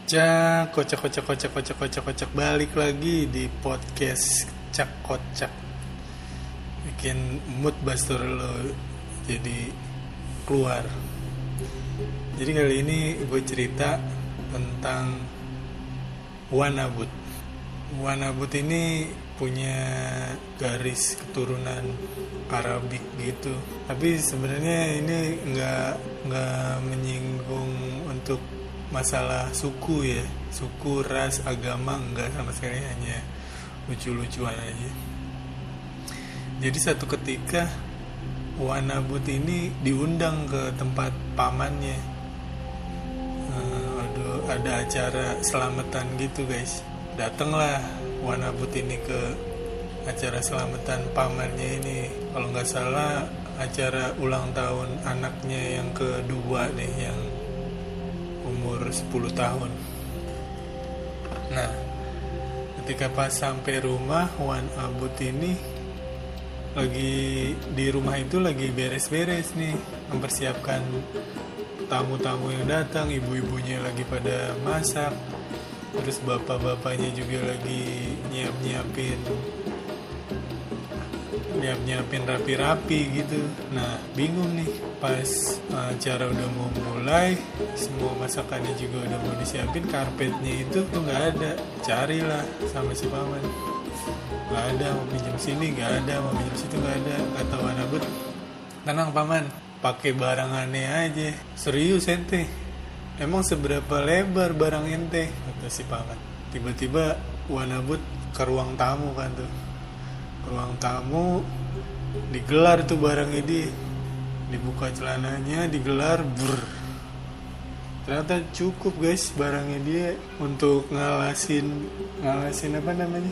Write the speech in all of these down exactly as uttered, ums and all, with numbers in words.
Kocak, kocak, kocak, kocak, kocak, kocak, kocak. Balik lagi di podcast Cak Kocak. Bikin mood buster lo jadi keluar. Jadi kali ini gue cerita tentang Wanabut. Wanabut ini punya garis keturunan Arabik gitu. Tapi sebenarnya ini nggak nggak menyinggung untuk masalah suku ya, suku, ras, agama, enggak sama sekali, hanya lucu-lucuan aja. Jadi satu ketika Wanabut ini diundang ke tempat pamannya. Uh, aduh, ada acara selamatan gitu guys. Datanglah Wanabut ini ke acara selamatan pamannya ini. Kalau nggak salah acara ulang tahun anaknya yang kedua nih, yang umur sepuluh tahun. Nah, ketika pas sampai rumah, Wanabut ini lagi di rumah itu lagi beres-beres nih, mempersiapkan tamu-tamu yang datang. Ibu-ibunya lagi pada masak, terus bapak-bapaknya juga lagi nyiap-nyiapin nyiap-nyiapin rapi-rapi gitu. Nah, bingung nih, pas acara udah mau mulai, semua masakannya juga udah mau disiapin, karpetnya itu tuh nggak ada. Carilah sama si paman, nggak ada. Mau pinjam sini nggak ada, mau pinjam situ nggak ada. Kata Wanabut, tenang paman, pakai barang aneh aja. Serius ente? Emang seberapa lebar barang ente? Kata si paman. Tiba-tiba Wanabut ke ruang tamu kan tuh. Ruang tamu digelar tuh barangnya dia, dibuka celananya, digelar, brr. Ternyata cukup guys barangnya dia untuk ngalasin ngalasin apa namanya,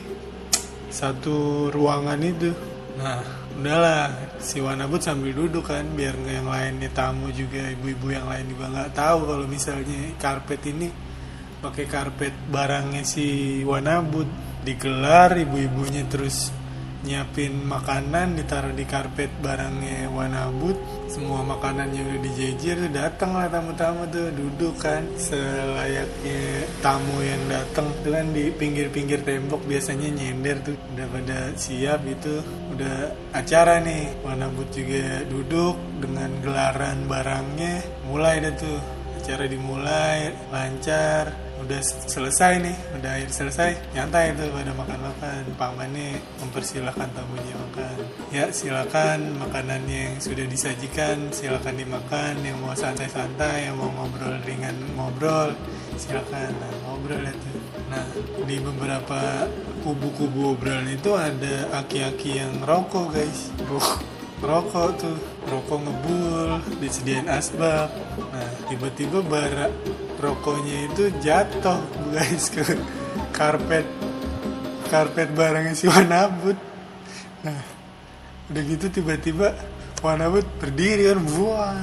satu ruangan itu. Nah, udahlah, si Wanabut sambil duduk kan, biar yang lainnya, tamu juga, ibu-ibu yang lain juga nggak tahu kalau misalnya karpet ini pakai karpet barangnya si Wanabut. Digelar, ibu-ibunya terus nyiapin makanan, ditaruh di karpet barangnya Wanabut. Semua makanannya udah dijejer, datang lah tamu-tamu tuh, duduk kan selayaknya tamu yang datang tuh kan, di pinggir-pinggir tembok biasanya nyender tuh. Udah pada siap itu, udah acara nih. Wanabut juga duduk dengan gelaran barangnya. Mulai dah tuh, acara dimulai lancar. Udah selesai nih, udah akhir selesai, nyantai tuh pada makan-makan. Pamannya mempersilahkan tamunya makan. Ya silakan, makanannya yang sudah disajikan silakan dimakan. Yang mau santai-santai, yang mau ngobrol ringan ngobrol, silakan. Nah, ngobrol itu. Nah, di beberapa kubu-kubu obrolan itu ada aki-aki yang rokok guys. Rokok tuh, rokok ngebul, disediain asbak. Nah, tiba-tiba bara rokoknya itu jatuh guys ke karpet karpet barangnya si Wanabut. Nah, udah gitu tiba-tiba Wanabut berdiri kan, wah,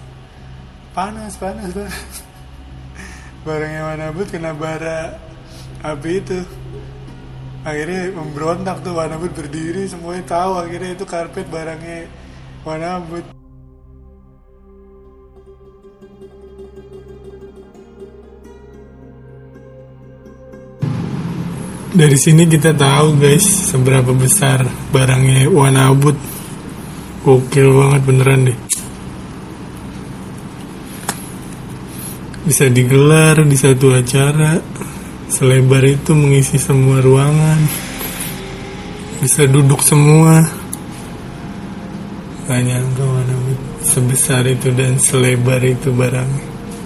panas panas panas. Barangnya Wanabut kena bara api itu. Akhirnya memberontak tuh, Wanabut berdiri, semuanya tahu akhirnya itu karpet barangnya Wanabut. Dari sini kita tahu guys, seberapa besar barangnya Wanabut. Gokil banget beneran deh. Bisa digelar di satu acara, selebar itu mengisi semua ruangan. Bisa duduk semua. Gak nyangka Wanabut sebesar itu dan selebar itu barangnya.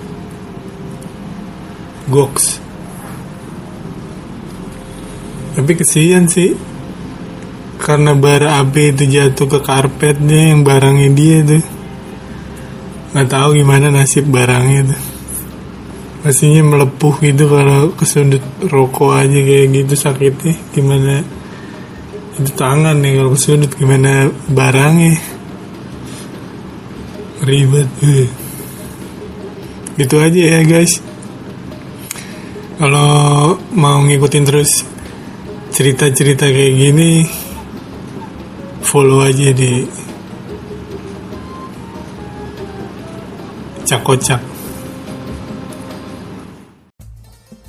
Goks. Tapi kesian sih, karena bara api itu jatuh ke karpetnya yang barangnya dia tuh. Gak tahu gimana nasib barangnya tuh. Pastinya melepuh gitu kalau kesundut rokok aja kayak gitu sakitnya. Gimana itu tangan nih kalau kesundut, gimana barangnya. Ribet tuh. Gitu aja ya guys. Kalau mau ngikutin terus cerita-cerita kayak gini, follow aja di Cak Kocak.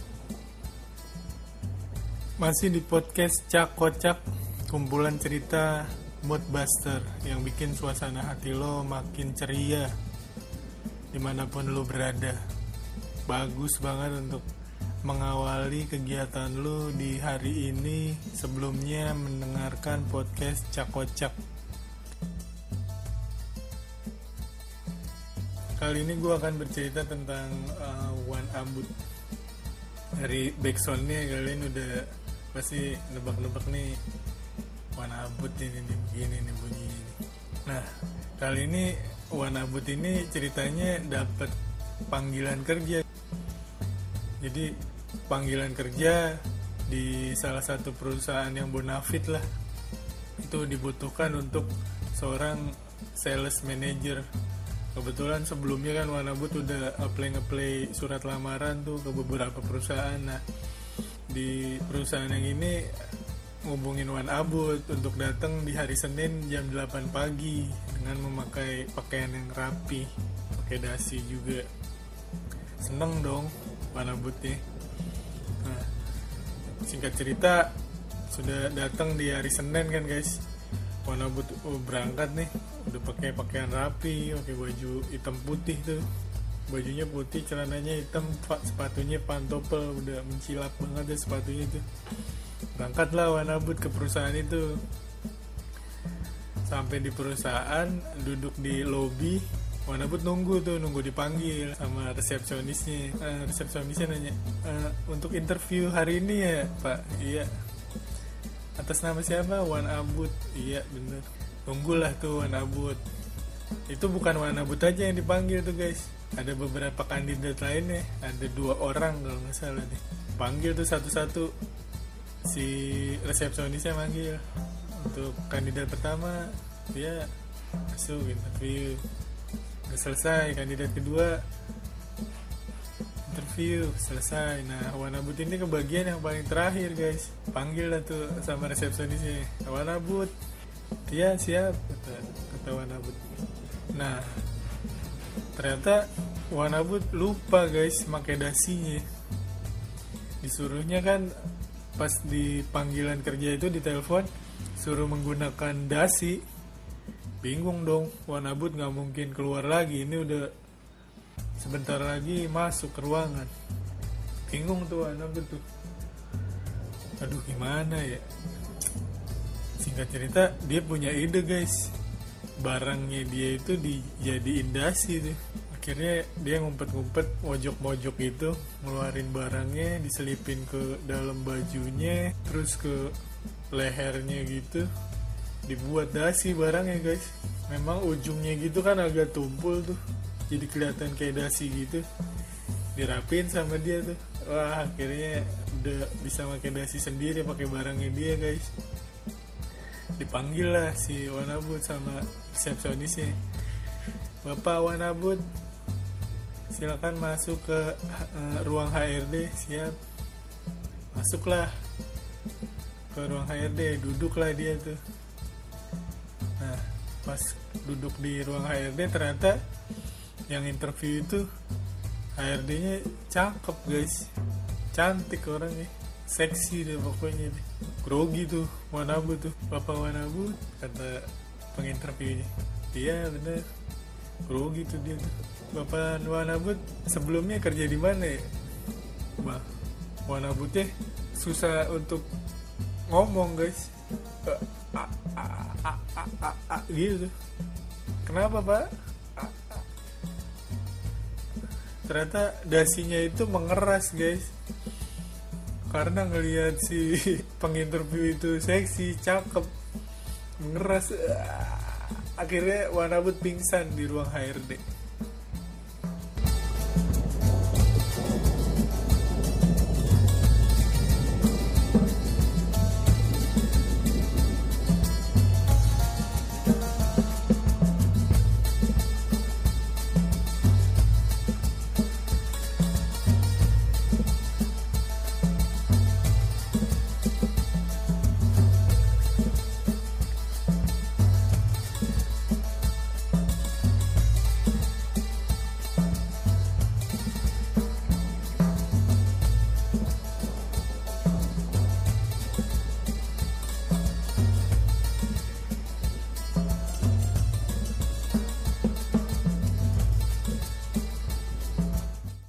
Masih di podcast Cak Kocak, kumpulan cerita moodbuster yang bikin suasana hati lo makin ceria dimanapun lo berada. Bagus banget untuk mengawali kegiatan lo di hari ini sebelumnya mendengarkan podcast Cak Kocak. Kali ini gue akan bercerita tentang uh, Wan Abut. Dari backsoundnya kalian udah pasti nebak-nebak nih, Wan Abut ini nih, begini nih bunyinya nih. Nah, kali ini Wan Abut ini ceritanya dapat panggilan kerja. Jadi panggilan kerja di salah satu perusahaan yang bonafit lah. Itu dibutuhkan untuk seorang sales manager. Kebetulan sebelumnya kan Wan Abut udah apply-ngeplay surat lamaran tuh ke beberapa perusahaan. Nah, di perusahaan yang ini ngubungin Wan Abut untuk datang di hari Senin jam delapan pagi dengan memakai pakaian yang rapi, pakai dasi juga. Seneng dong Wan Abutnya. Nah, singkat cerita sudah datang di hari Senin kan guys. Wan Abut oh, berangkat nih, udah pakai pakaian rapi, pakai baju hitam putih tuh. Bajunya putih, celananya hitam, sepatunya pantopel, udah mencilap banget deh sepatunya tuh. Berangkatlah Wan Abut ke perusahaan itu. Sampai di perusahaan, duduk di lobi, Wan Abut nunggu tuh, nunggu dipanggil sama resepsionisnya. Uh, resepsionisnya nanya, uh, untuk interview hari ini ya Pak? Iya. Atas nama siapa? Wan Abut. Iya bener. Tunggulah tuh Wan Abut. Itu bukan Wan Abut aja yang dipanggil tuh guys. Ada beberapa kandidat lainnya, ada dua orang kalau nggak salah deh. Panggil tuh satu-satu, si resepsionisnya manggil. Untuk kandidat pertama dia masuk interview, udah selesai. Kandidat kedua interview selesai. Nah, Wan Abut ini kebagian yang paling terakhir guys. Panggil lah tuh sama resepsionisnya, Wan Abut. Iya siap, kata, kata Wan Abut. Nah, ternyata Wan Abut lupa guys pakai dasinya. Disuruhnya kan pas di panggilan kerja itu di telepon suruh menggunakan dasi. Bingung dong, Wan Abut nggak mungkin keluar lagi. Ini udah sebentar lagi masuk ke ruangan. Bingung tuh Wan Abut tuh. Aduh gimana ya? Singkat cerita dia punya ide guys. Barangnya dia itu dijadiin dasi tuh. Akhirnya dia ngumpet-ngumpet mojok-mojok itu, ngeluarin barangnya, diselipin ke dalam bajunya, terus ke lehernya gitu, dibuat dasi barangnya guys. Memang ujungnya gitu kan agak tumpul tuh, jadi kelihatan kayak dasi gitu. Dirapin sama dia tuh. Wah, akhirnya udah bisa pakai dasi sendiri, pakai barangnya dia guys. Dipanggil lah si Wan Abut sama resepsionisnya. Bapak Wan Abut, silakan masuk ke uh, ruang H R D. Siap. Masuklah ke ruang H R D, duduklah dia tuh. Nah, pas duduk di ruang H R D ternyata yang interview itu H R D-nya cakep guys. Cantik orangnya. Seksi deh pokoknya deh. Grogi tuh Wan Abut tuh. Bapak Wan Abut, kata penginterviewnya. Iya bener, grogi tuh dia tuh. Bapak Wan Abut sebelumnya kerja di mana ya? Bah, Wan Abutnya susah untuk ngomong guys. A, a, a, a, a, a, gitu. Kenapa Pak? A, a. Ternyata dasinya itu mengeras guys. Karena ngelihat si penginterview itu seksi, cakep, mengeras. Akhirnya Wan Abut pingsan di ruang H R D.